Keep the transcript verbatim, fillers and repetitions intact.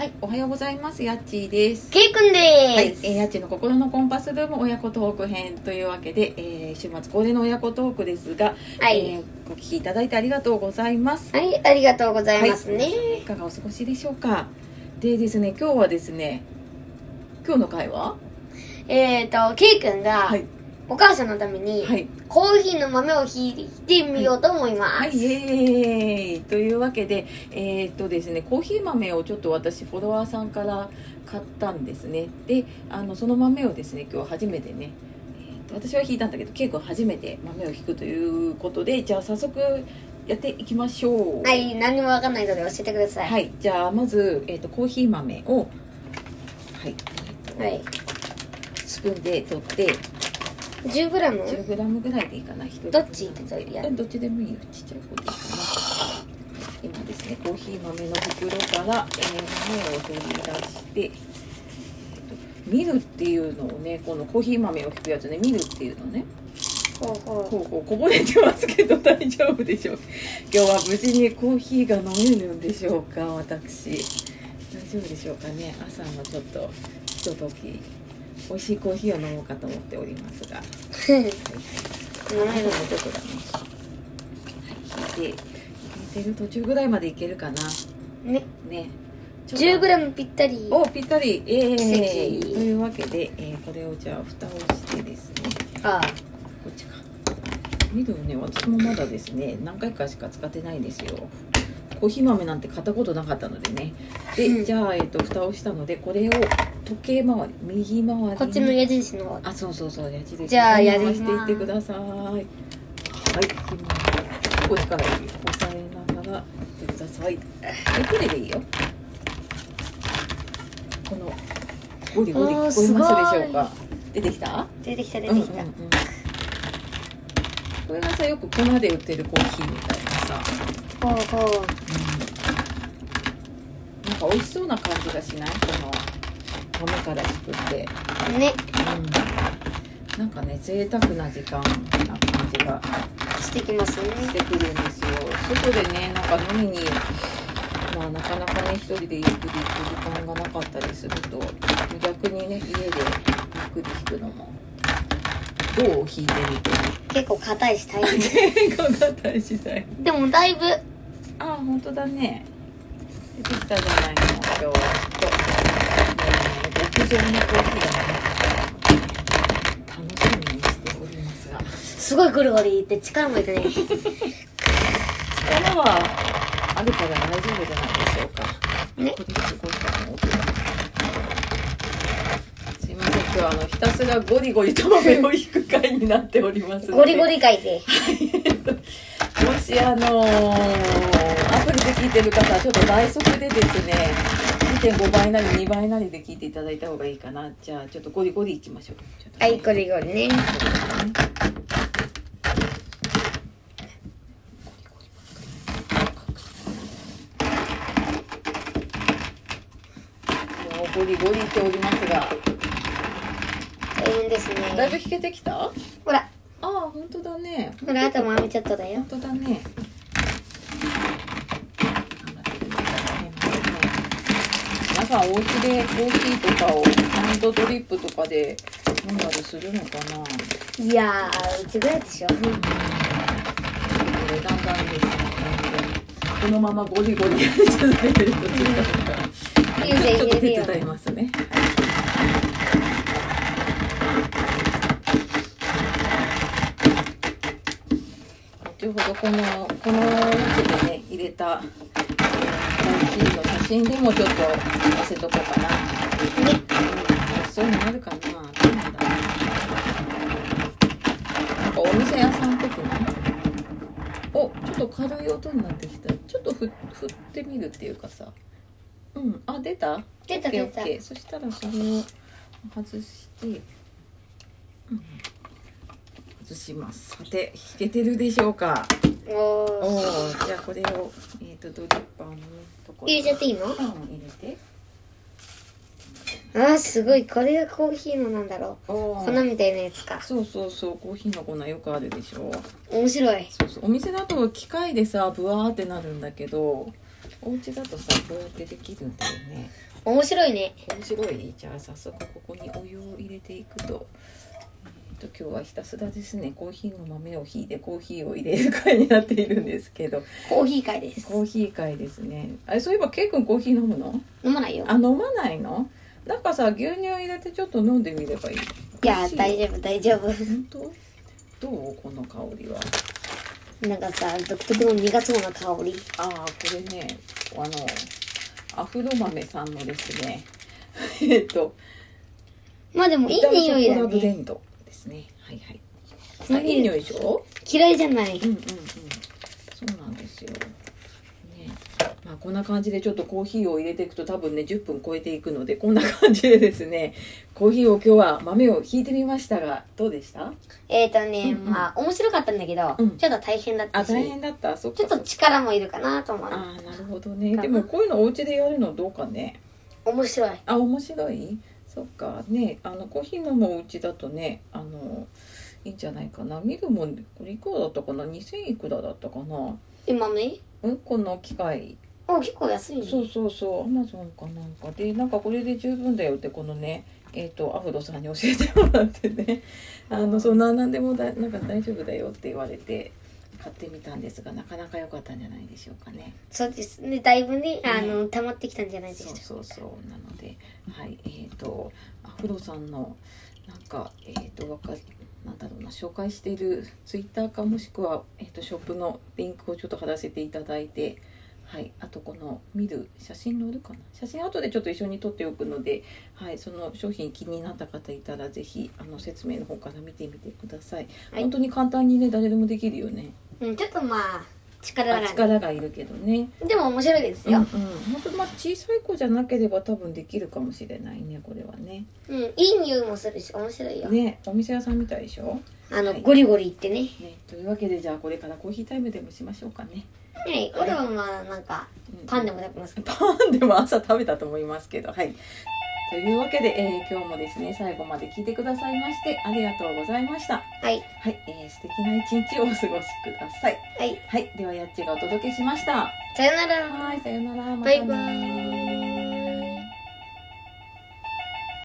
はい、おはようございます。やっちーです。 けいくんです。 はい、えー、やっちーの心のコンパスルーム親子トーク編というわけで、えー、週末恒例の親子トークですが、 はい、 えー、ご聞きいただいてありがとうございます。 はい、ありがとうございますね。はい、 いかがお過ごしでしょうか。でですね、今日はですね、今日の会はえーと、けいくんが、はい、お母さんのために、はい、コーヒーの豆をひいてみようと思います。 はい、はい、イエーイというわけで、えー、っとですね、コーヒー豆をちょっと私フォロワーさんから買ったんですね。で、あのその豆をですね、今日初めてね、えー、っと私はひいたんだけど、ケイ君初めて豆をひくということで、じゃあ早速やっていきましょう。 はい、何もわかんないので教えてください。 はい、じゃあまず、えー、っとコーヒー豆を、はい、えー、はい、スプーンで取って。 じゅうグラム ? じゅうグラム ぐらいでいいかな。 どっちってやる？ どっちでもいいよ。ちっちゃい方でいいかな。今ですね、コーヒー豆の袋から、えー、豆を取り出して、ミルっていうのをね、このコーヒー豆をひくやつね、ミルっていうのね。 ほうほう。 ほうほう、こぼれてますけど大丈夫でしょう。今日は無事にコーヒーが飲めるんでしょうか、私。大丈夫でしょうかね。朝のちょっと、ひととき。美味しいコーヒーを飲もうかと思っておりますが、はい、飲めるのちょっとだね。はい、で、いけてる途中ぐらいまでいけるかな。ね、ね。 じゅうグラム ぴったり。 お、ぴったり。ええー。というわけで、えー、これをじゃあ蓋をしてですね。 ああ。こっちか。ミルをね、私もまだですね、何回かしか使ってないんですよ。コーヒー豆なんて買ったことなかったのでね。で、うん、じゃあ、えっと、蓋をしたので、これを時計回り、右回りに。 こっちの矢印の。 あ、そうそうそう、矢印。 じゃあ、やり回していってください。はい、こっちから押さえながらやってください。ゆっくりでいいよ。この、ゴリゴリ聞こえますでしょうか。出てきた？ 出てきた、出てきた。うんうんうん、 これがさ、よく粉で売ってるコーヒーみたいなさ。 ほうほう、うん、 なんか美味しそうな感じがしない？この豆からひくってね、 うん、なんかね、贅沢な時間な感じがしてきますね。 してくるんですよ。外でね、なんか飲みに、まあなかなかね、一人でゆっくり行く時間がなかったりすると、逆にね、家でゆっくりひくのもどう？ひいてみて。 結構硬いし大変。 結構硬いし大変。 でもだいぶ、 ああ、本当だね。出てきたじゃないの、今日はきっと、えー、極上のコーヒーがね、楽しみにしておりますが、 すごいゴリゴリって力もいくね。 力はあるから大丈夫じゃないでしょうかね。これすごいかも。すいません、今日はあのひたすらゴリゴリと豆をひく回になっておりますので、 ゴリゴリ回でもしあのー、アプリで聞いてる方はちょっと倍速でですね、にてんごばいなりにばいなりで聞いていただいた方がいいかな。じゃあちょっとゴリゴリいきましょう。ちょっとね、 はい、ゴリゴリね。 ゴリゴリっておりますが、 大変ですね。 だいぶ引けてきた？ ほら。 ああ、本当だね。 ほら、あともうちょっとだよ。 本当だね。皆さんお家でコーヒーとかをハンドドリップとかで飲んだりするのかな？ いやー、うちぐらいでしょ。うん、これだんだんですね。このままゴリゴリやり続けてると時間がちょっと手伝いますね。後ほどこのこのやつでね入れたコーヒーの写真でもちょっと載せとこうかな。ね、うん、そういうのあるかな。どうなんだろう。なんかお店屋さんっぽくない？お、ちょっと軽い音になってきた。ちょっとふ振ってみるっていうかさ。うん、あ、出た？ 出た出た。 オッケーオッケー。そしたらそれを外して、うん、外します。さて、引けてるでしょうか？ おー。 おー、じゃあこれを、えっと、ドリッパーのところ入れちゃっていいの？ うん、入れて。 あー、すごい。これがコーヒーのなんだろう。粉みたいなやつか。 そうそうそう、コーヒーの粉よくあるでしょ。 面白い。 そうそう。お店だと機械でさ、ブワーってなるんだけど、お家だとさ、こうやってできるんだよね。 面白いね。 面白い。じゃあ早速ここにお湯を入れていくと、えー、と今日はひたすらですね、コーヒーの豆をひいてコーヒーを入れる会になっているんですけど。 コーヒー会です。 コーヒー会ですね。あれ、そういえばケイ君コーヒー飲むの？ 飲まないよ。 あ、飲まないの？なんかさ、牛乳入れてちょっと飲んでみればいい。いや、大丈夫大丈夫。 本当？どう？この香りは。 なんかさ、独特の苦そうな香り。 ああ、これね、あのアフロ豆さんのですねえっとまあでもいい匂いだね。 ブレンドですね。はいはい。いい匂いでしょ？ 嫌いじゃない。 うんうんうん。そうなんですよ。ね、まあこんな感じでちょっとコーヒーを入れていくと多分ねじゅっぷん超えていくので、こんな感じでですね、コーヒーを今日は豆をひいてみましたが、どうでした？ えっとね、 うんうん、 まあ面白かったんだけど、うん、ちょっと大変だったし。 あ、大変だった。そっか。 ちょっと力もいるかなと思う。 ああ、なるほどね。でもこういうのお家でやるのどうかね。 面白い。 あ、面白い。そっかね、あのコーヒー飲むお家だとね、あのいいんじゃないかな。見るもん、これいくらだったかな、にせんいくらだったかな。 今ね、 うんこの機械。 あ、結構安いね。 そうそうそう、アマゾンかなんかで、なんかこれで十分だよってこのね、えっ、ー、とアフロさんに教えてもらってね、あのそんな何でもだなんか大丈夫だよって言われて買ってみたんですが、なかなか良かったんじゃないでしょうかね。 そうですね、だいぶね、あの溜まってきたんじゃないでしょうか。 そうそうそう、なので、はい、えっ、ー、とアフロさんのなんかえっ、ー、とわかなんだろうな、紹介しているツイッターかもしくはえっ、ー、とショップのリンクをちょっと貼らせていただいて。はい、あとこの見る写真載るかな、写真後でちょっと一緒に撮っておくので、はい、その商品気になった方いたらぜひあの説明の方から見てみてください、はい、本当に簡単にね誰でもできるよね。 うん、ちょっとまあ力が力がいるけどね。 でも面白いですよ。 うん、うん、本当まあ小さい子じゃなければ多分できるかもしれないね、これはね。 うん、いい匂いもするし面白いよね。お店屋さんみたいでしょ。 あの、はい、ゴリゴリいってね。 ね、というわけでじゃあこれからコーヒータイムでもしましょうかね。 はい、俺はまあなんかパンでも食べますけど、 パンでも朝食べたと思いますけど、はい。というわけで、えー、今日もですね最後まで聞いてくださいましてありがとうございました。 はい、 はい、えー、素敵な一日をお過ごしください。 はい、 はい、ではやっちがお届けしました。 さよなら。 はい、さよなら。 バイバイ。